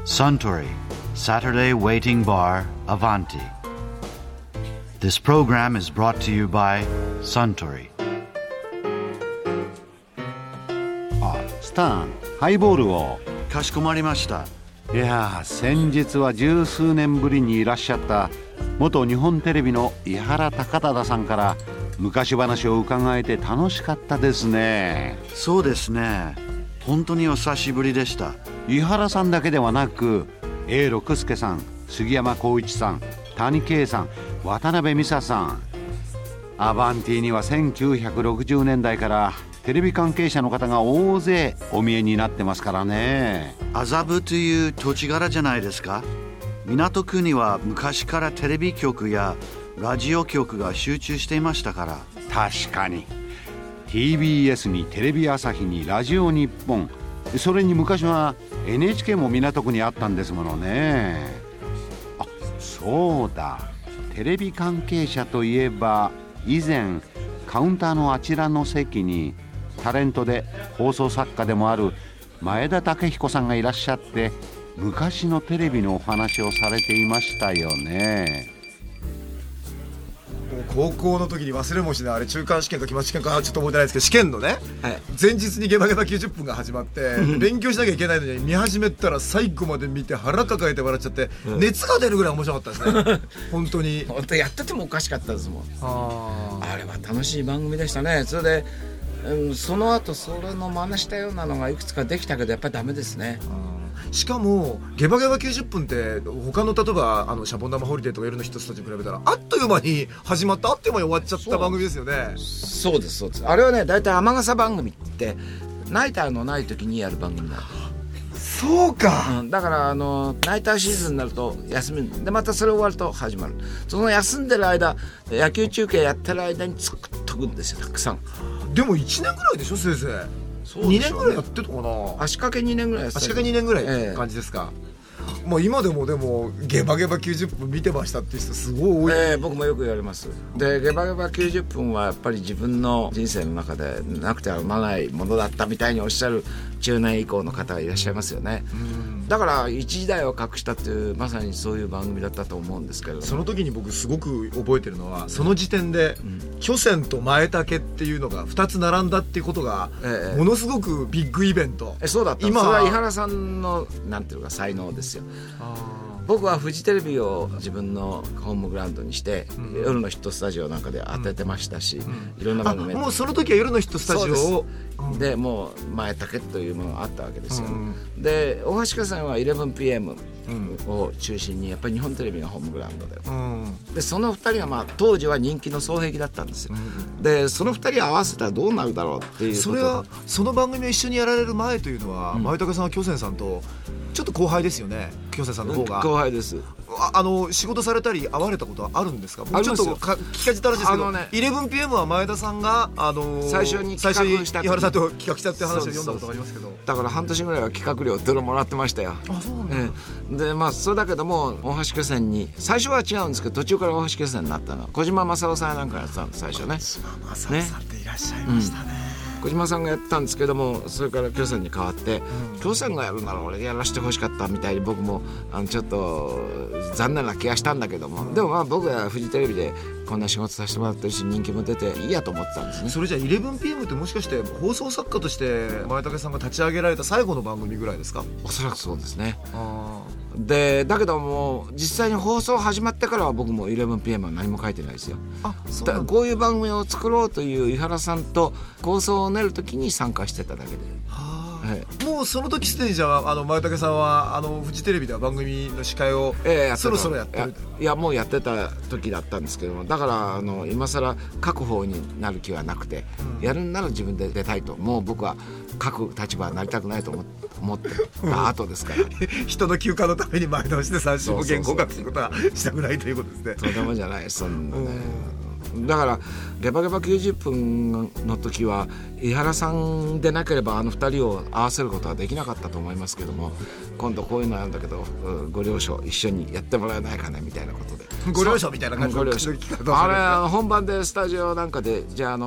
Suntory Saturday Waiting Bar Avanti. This program is brought to you by Suntory. スタンハイボールを。 かしこまりました。 いや先日は十数年ぶりにいらっしゃった元日本テレビの井原貴忠さんから昔話を伺えて楽しかったですね。 そうですね、本当にお久しぶりでした。 井原さんだけではなく永六輔さん、杉山浩一さん、谷圭さん、渡辺美沙さん。アバンティには1960年代からテレビ関係者の方が大勢お見えになってますからね。 麻布という土地柄じゃないですか。港区には昔からテレビ局やラジオ局が集中していましたから。 確かに TBS にテレビ朝日にラジオ日本、それに昔は NHK も港区にあったんですものね。あ、そうだ、テレビ関係者といえば以前カウンターのあちらの席にタレントで放送作家でもある前田武彦さんがいらっしゃって昔のテレビのお話をされていましたよね。 高校の時に忘れもしない、あれ中間試験か期末試験かちょっと覚えてないですけど、試験のね、 はい、 前日にゲバゲバ90分が始まって勉強しなきゃいけないのに見始めたら最後まで見て腹抱えて笑っちゃって、熱が出るぐらい面白かったですね本当にやっててもおかしかったですもん。あれは楽しい番組でしたね。それで、その後それの真似したようなのがいくつかできたけどやっぱりダメですね。 しかもゲバゲバ90分って他の例えばシャボン玉ホリデーとか夜の人たちに比べたらあっという間に始まったあっという間に終わっちゃった番組ですよね。 そうですそうです。あれはね、だいたい雨傘番組ってナイターのない時にやる番組なんです。 そうか、 だからナイターシーズンになると休みでまたそれ終わると始まる。その休んでる間野球中継やってる間に作っとくんですよ、たくさん。 でも1年ぐらいでしょ先生。 そうでしょうね、 2年ぐらいやってたかな。 足掛け2年ぐらいやってた。 足掛け2年ぐらいって感じですか。もう今でもゲバゲバ90分見てましたっていう人すごい多い。 僕もよく言われます。でゲバゲバ90分はやっぱり自分の人生の中でなくてはならないものだったみたいにおっしゃる中年以降の方がいらっしゃいますよね。だから一時代を隠したっていうまさにそういう番組だったと思うんですけれども、 その時に僕すごく覚えてるのはその時点で、巨泉と前竹っていうのが2つ並んだっていうことが、ものすごくビッグイベント。 そうだった。今それは井原さんのなんていうか才能ですよ。僕はフジテレビを自分のホームグラウンドにして、夜のヒットスタジオなんかで当ててましたし、いろんな番組もうその時は夜のヒットスタジオをでもう前竹というものがあったわけですよ、で大橋巨泉は 11PM を中心にやっぱり日本テレビがホームグラウンドで、でその2人が当時は人気の双璧だったんですよ、でその2人合わせたらどうなるだろうっていうこと。 それはその番組を一緒にやられる前というのは、前竹さんは巨泉さんとちょっと後輩ですよね。巨泉さんの方が後輩です。 仕事されたり会われたことはあるんですか。僕ちょっと聞かじたらしいですけど、11PM は前田さんが最初に企画した井原さんと企画したって話を読んだことがありますけど、 だから半年ぐらいは企画料っていうのもらってましたよ。 そうなんだ。 でそれだけども大橋巨泉に最初は違うんですけど途中から大橋巨泉になったのは小島正夫さんなんかやってたんです最初ね。 小島正夫さんっていらっしゃいましたね。 小島さんがやったんですけども、それから巨泉に変わって、巨泉がやるなら俺やらせてほしかったみたいに僕もちょっと残念な気がしたんだけども、でも僕はフジテレビでこんな仕事させてもらってるし人気も出ていいやと思ってたんですね。 それじゃあ 11PM ってもしかして放送作家として前竹さんが立ち上げられた最後の番組ぐらいですか。 おそらくそうですね。でだけども実際に放送始まってからは僕も 11PM は何も書いてないですよ。こういう番組を作ろうという井原さんと構想を練る時に参加してただけで、 もうその時すでにじゃあ前竹さんはフジテレビでは番組の司会をそろそろやってる。 いやもうやってた時だったんですけども、だから今更書く方になる気はなくて、やるんなら自分で出たいと。もう僕は書く立場になりたくないと思ってた後ですから人の休暇のために前倒しで3週も原稿書くことはしたくないということですね。 とてもじゃないそんなね。だからゲバゲバ90分の時は井原さんでなければ2人を合わせることはできなかったと思いますけども、今度こういうのあるんだけどご了承一緒にやってもらえないかねみたいなことでご了承みたいな感じのあれ本番でスタジオなんかでじゃあ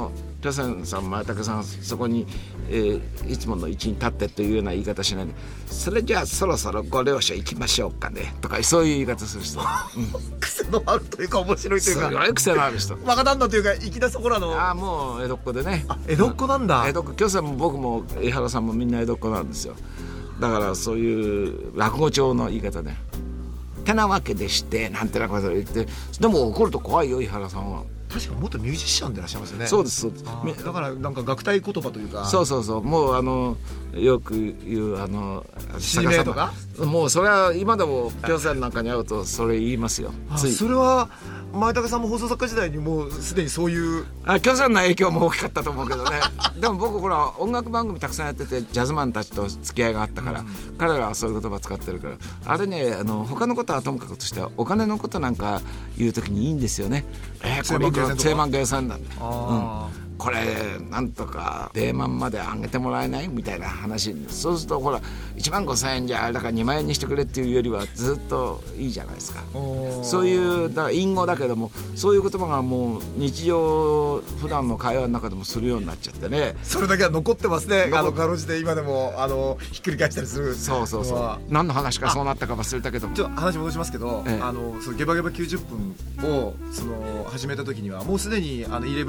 巨泉さん前竹さんそこに、いつもの位置に立ってというような言い方しないで、それじゃあそろそろご了承行きましょうかねとかそういう言い方する人、 癖のあるというか面白いというか、 すごい癖のある人。 若旦那というか粋なそこらの。 ああもう江戸っ子でね。 江戸っ子なんだ。 江戸っ子、巨泉も僕も江原さんもみんな江戸っ子なんですよ。だからそういう落語調の言い方で、てなわけでしてなんてなこと言って、でも怒ると怖いよ井原さんは。 確か元ミュージシャンでいらっしゃいますよね。 そうですそうです。 だからなんか楽隊言葉というか。 そうそうそう、もうよく言う地名とか、 もうそれは今でも巨泉なんかに会うとそれ言いますよ。ついそれは前竹さんも放送作家時代にもうすでにそういう。 巨泉の影響も大きかったと思うけどねでも僕ほら音楽番組たくさんやっててジャズマンたちと付き合いがあったから、彼らはそういう言葉使ってるから、あれね他のことはともかくとしてはお金のことなんか言うときにいいんですよね。これ千万計算だ、これなんとかデーマンまで上げてもらえないみたいな話。そうするとほら15,000円じゃあれだから2万円にしてくれっていうよりはずっといいじゃないですか。そういうだから隠語だけどもそういう言葉がもう日常普段の会話の中でもするようになっちゃってね。 それだけは残ってますね。かろうじて今でもひっくり返したりする。 そうそうそう。何の話かそうなったか忘れたけども、 ちょっと話戻しますけど、そのゲバゲバ90分を始めた時にはもうすでに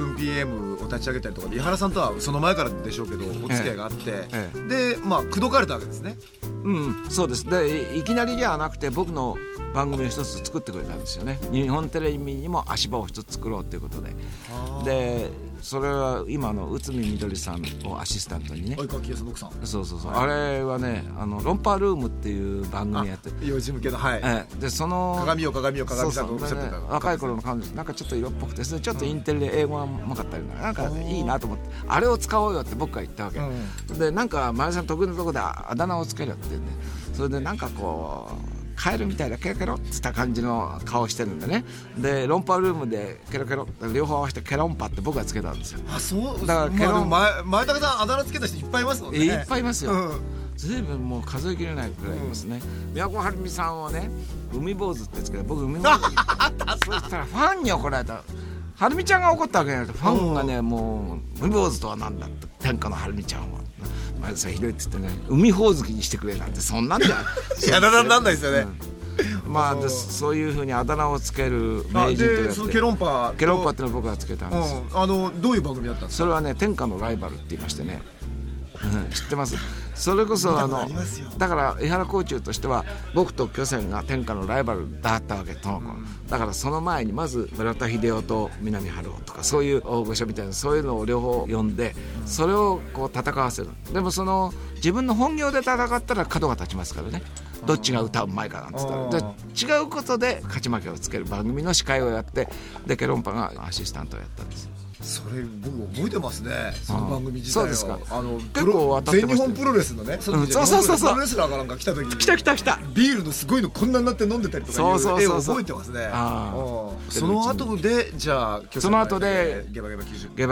11PM を立ち上げたりとかで井原さんとはその前からでしょうけどお付き合いがあって、で口説かれたわけですね。 そうです。でいきなりじゃなくて僕の番組を一つ作ってくれたんですよね。日本テレビにも足場を一つ作ろうということで、でそれは今の内海みどりさんをアシスタントにね。 相川清さんの奥さん。 そうそうそう、あれはねロンパールームっていう番組やって幼児向けの、 でその鏡さんがおっしゃってた、 若い頃の彼女なんかちょっと色っぽくて、ちょっとインテリで英語がうまかったりなんかいいなと思って、あれを使おうよって僕が言ったわけ、でなんか前田さん得意なとこであだ名をつけるって言うんで、それでなんかこうカエルみたいなケロケロってした感じの顔してるんでね。でロンパールームでケロケロ両方合わせてケロンパって僕がつけたんですよ。 そうだからケロン、 前竹さんあだ名つけた人いっぱいいますもんね。 いっぱいいますよ、随分もう数えきれないくらいいますね。宮古晴美さんをね海坊主ってつけて、僕海坊主そうしたらファンに怒られた。晴美ちゃんが怒ったわけじゃなくてファンがねもう海坊主とはなんだって天下の晴美ちゃんは前田さんひどいって言ってね海ほおずきにしてくれなんてそんなんじゃあだ名なんないですよね。 そういうふうにあだ名をつける名人とやって、 そのケロンパっていうのを僕がつけたんです。 どういう番組だったんですか。 それはね天下のライバルって言いましてね、知ってます。それこそだから江原幸中としては僕と巨泉が天下のライバルだったわけと、だからその前にまず村田秀夫と南春夫とかそういう大御所みたいなそういうのを両方呼んで、それをこう戦わせる。でも自分の本業で戦ったら角が立ちますからね、どっちが歌うまいかなんつったら、で違うことで勝ち負けをつける番組の司会をやって、でケロンパがアシスタントをやったんです。 それ僕覚えてますね、その番組自体は。 そうですか。結構当たってました。 全日本プロレスのね、 そうプロレスラーかなんか来た時に来たビールのすごいのこんなになって飲んでたりとかいう絵を覚えてますね。その後でじゃあその後でゲバゲバ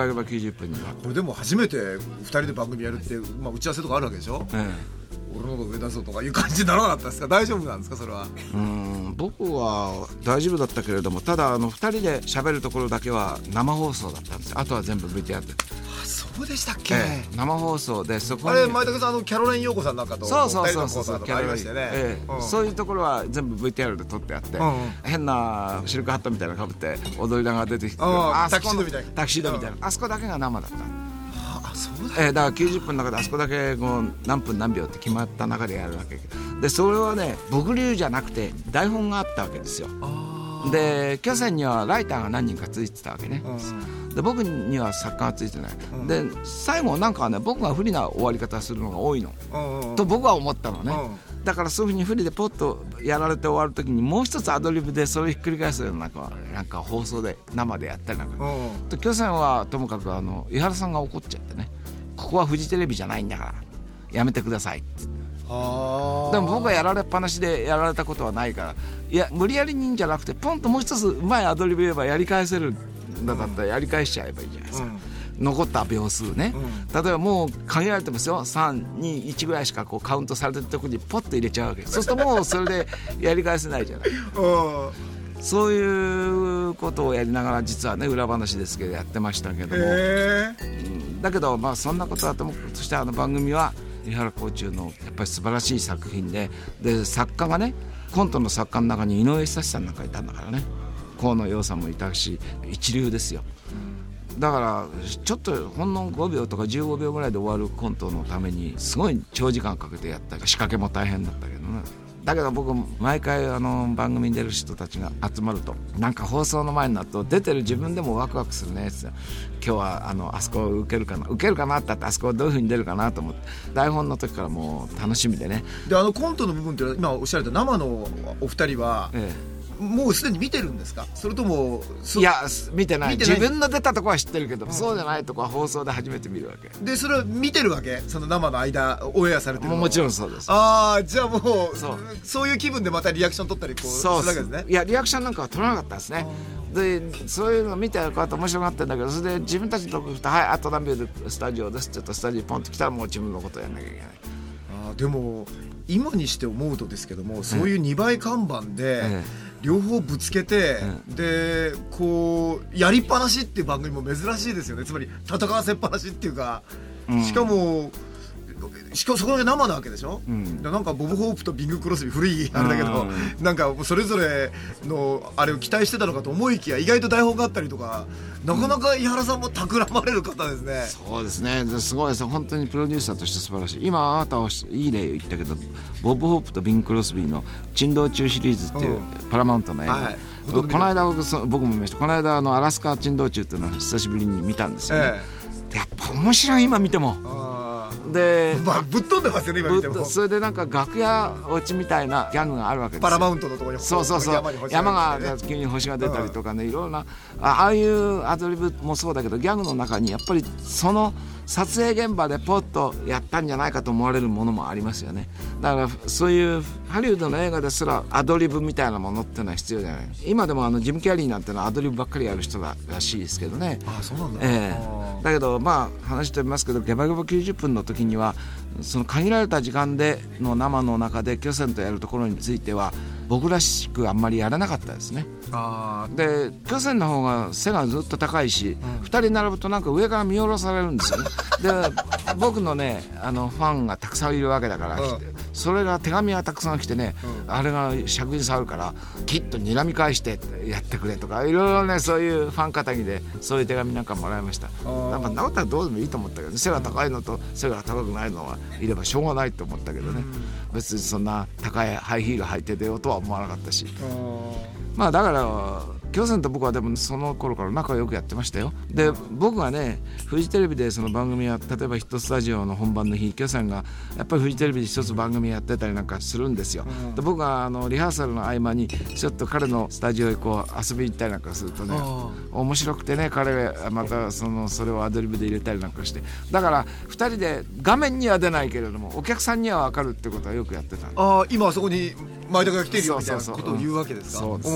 90分にはこれでも初めて2人で番組やるって、打ち合わせとかあるわけでしょ。俺の方が上だぞとかいう感じにならなかったですか。大丈夫なんですかそれは。 僕は大丈夫だったけれども、ただ2人で喋るところだけは生放送だったんですよ。あとは全部 VTR で。 そうでしたっけ。 生放送でそこにあれ前竹さんキャロライン陽子さんなんかとそうキャロラインそういうところは全部 VTR で撮ってあって、変なシルクハットみたいなのかぶって踊りながら出てきてタキシードみたいなタキシードみたいな、あそこだけが生だった。 そうだ。 だから90分の中であそこだけ何分何秒って決まった中でやるわけで、それはね僕流じゃなくて台本があったわけですよ。で巨泉にはライターが何人かついてたわけね。で僕には作家がついてない、で最後なんかね僕が不利な終わり方するのが多いの、と僕は思ったのね。だからそういうふうに不利でポッとやられて終わる時にもう一つアドリブでそれをひっくり返すようななんか放送で生でやったりなんか、で巨泉はともかく井原さんが怒っちゃってね、ここはフジテレビじゃないんだからやめてくださいって。でも僕はやられっぱなしでやられたことはないから、いや無理やりにんじゃなくてポンともう一つうまいアドリブ言えばやり返せるんだったらやり返しちゃえばいいじゃないですか、残った秒数ね、例えばもう限られてますよ、321ぐらいしかカウントされてるところにポッと入れちゃうわけ。そうするともうそれでやり返せないじゃないそういうことをやりながら実はね裏話ですけどやってましたけども、だけどまあそんなことだともそして番組は井原浩中のやっぱり素晴らしい作品で作家がねコントの作家の中に井上久志さんなんかいたんだからね、河野洋さんもいたし一流ですよ。だからちょっとほんの5秒とか15秒ぐらいで終わるコントのためにすごい長時間かけてやったり仕掛けも大変だったけどね。だけど僕毎回番組に出る人たちが集まるとなんか放送の前になると出てる自分でもワクワクするね。今日はあそこ受けるかなってあってあそこどういう風に出るかなと思って台本の時からもう楽しみでね。 でコントの部分って今おっしゃられた生のお二人は、もうすでに見てるんですか？それともいや見てない自分の出たとこは知ってるけど、そうじゃないとこは放送で初めて見るわけで、それは見てるわけ？その生の間オンエアされてるの？ もちろんそうです。 じゃあもうそういう気分でまたリアクション取ったりするわけですね。 いやリアクションなんかは取らなかったですね。でそういうの見てる方面白がってるんだけど、それで自分たちのとこ来てはいあと何秒でスタジオですって言ったらスタジオポンと来たらもう自分のことをやんなきゃいけない。 でも今にして思うとですけども、そういう2倍看板で両方ぶつけて、でこうやりっぱなしっていう番組も珍しいですよね。つまり戦わせっぱなしっていうか、しかもそこで生なわけでしょ、なんかボブ・ホープとビング・クロスビー古いあれだけど、なんかそれぞれのあれを期待してたのかと思いきや意外と台本があったりとか、なかなか井原さんも企まれる方ですね。 そうですね、すごいです本当にプロデューサーとして素晴らしい。今あなたはいい例言ったけどボブ・ホープとビング・クロスビーの珍道中シリーズっていうパラマウントの映画、この間僕も見ました。この間アラスカ珍道中っていうのを久しぶりに見たんですよね、やっぱ面白い今見ても。でぶっ飛んでますよね今見ても。 それでなんか楽屋落ちみたいなギャグがあるわけですよ。 パラマウントのところにそう山が急に星が出たりとかね、いろんなああいうアドリブもそうだけどギャグの中にやっぱりその撮影現場でポッとやったんじゃないかと思われるものもありますよね。だからそういうハリウッドの映画ですらアドリブみたいなものっていうのは必要じゃない。今でもジム・キャリーなんてのはアドリブばっかりやる人らしいですけどね。 そうなんだ。 だけど話しておりますけどゲバゲバ90分の時にはその限られた時間での生の中で巨泉とやるところについては僕らしくあんまりやらなかったですね。で巨泉の方が背がずっと高いし、2人並ぶとなんか上から見下ろされるんですよね。で僕のねファンがたくさんいるわけだから、それが手紙がたくさん来てね、あれが尺に触るからきっと睨み返してやってくれとかいろいろね、そういうファン肩着でそういう手紙なんかもらいました。なんかなったらどうでもいいと思ったけど、背が高いのと背が高くないのはいればしょうがないと思ったけどね、別にそんな高いハイヒール履いて出ようとは思わなかったし、だから巨泉と僕はでもその頃から仲良くやってましたよ。で僕がねフジテレビでその番組や例えばヒットスタジオの本番の日、巨泉がやっぱりフジテレビで一つ番組やってたりなんかするんですよ。で僕がリハーサルの合間にちょっと彼のスタジオへこう遊びに行ったりなんかするとね、面白くてね、彼がまたそれをアドリブで入れたりなんかして、だから2人で画面には出ないけれどもお客さんには分かるってことはよくやってた。 今あそこに前田が来てるよみたいなことを言うわけですか。そうです。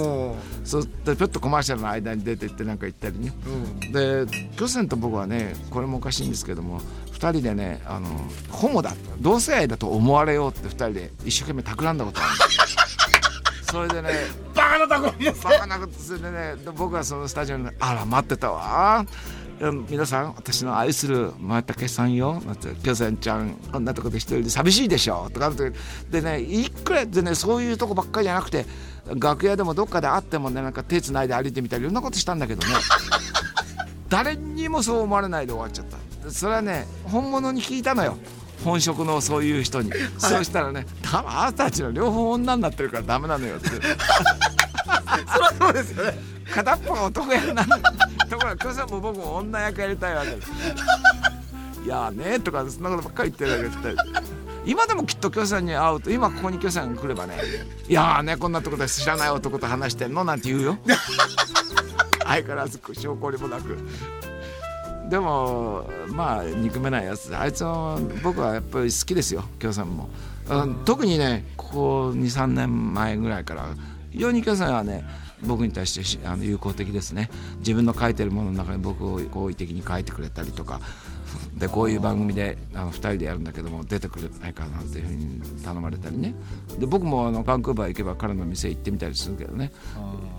そうでちょっとコマーシャルの間に出てってなんか言ったりね、で巨泉と僕はねこれもおかしいんですけども2人でねホモだ同性愛だと思われようって2人で一生懸命企んだことあるんですそれでねバカなとこにですね、 バカなことするでね、僕はそのスタジオにあら待ってたわ、皆さん私の愛する前竹さんよ、巨泉ちゃんこんなとこで一人で寂しいでしょとかでね、いくらでねそういうとこばっかりじゃなくて楽屋でもどっかで会ってもねなんか手つないで歩いてみたりいろんなことしたんだけどね誰にもそう思われないで終わっちゃった。それはね本物に聞いたのよ、本職のそういう人に、そうしたらねあなたたちの両方女になってるからダメなのよってそりゃそうですよね、 片っぽが男役なんだところが巨泉も僕も女役やりたいわけですいやねとかそんなことばっかり言ってるわけです今でもきっと巨泉に会うと今ここに巨泉が来ればね、いやねこんなとこで知らない男と話してんのなんて言うよ相変わらず証拠りもなく。でも憎めないやつ、あいつは僕はやっぱり好きですよ巨泉も。特にねここ 2,3 年前ぐらいから非常に巨泉はね僕に対して友好的ですね。自分の書いてるものの中に僕を好意的に書いてくれたりとかで、こういう番組で2人でやるんだけども出てくれないかなんていうふうに頼まれたりね。で僕もバンクーバー行けば彼の店行ってみたりするけどね、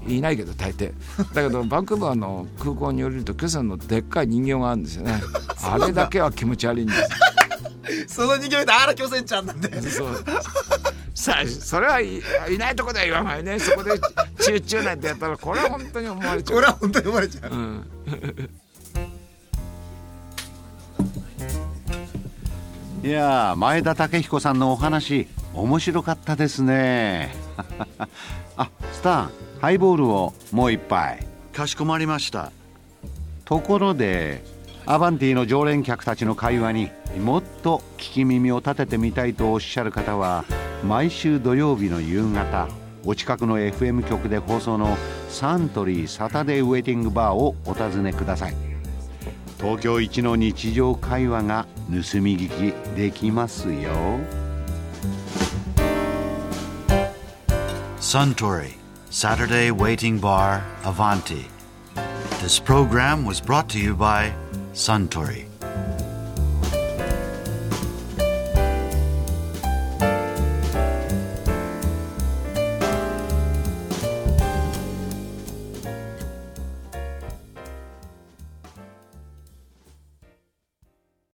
いないけど大抵だけどバンクーバーの空港に降りると巨泉のでっかい人形があるんですよねあれだけは気持ち悪いんですその人形であら巨泉ちゃんなんでそうさあそれはいないとこでは言わないねそこでチューチューなんてやったらこれは本当に思われちゃうこれは本当に思われちゃう、 いや前田武彦さんのお話面白かったですねあ、スタンハイボールをもう一杯。 かしこまりました。 ところでアバンティの常連客たちの会話にもっと聞き耳を立ててみたいとおっしゃる方は毎週土曜日の夕方お近くの FM 局で放送のサントリーサタデーウェイティングバーをお尋ねください。東京一の日常会話が盗み聞きできますよ。 Suntory Saturday Waiting Bar Avanti. This program was brought to you by Suntory.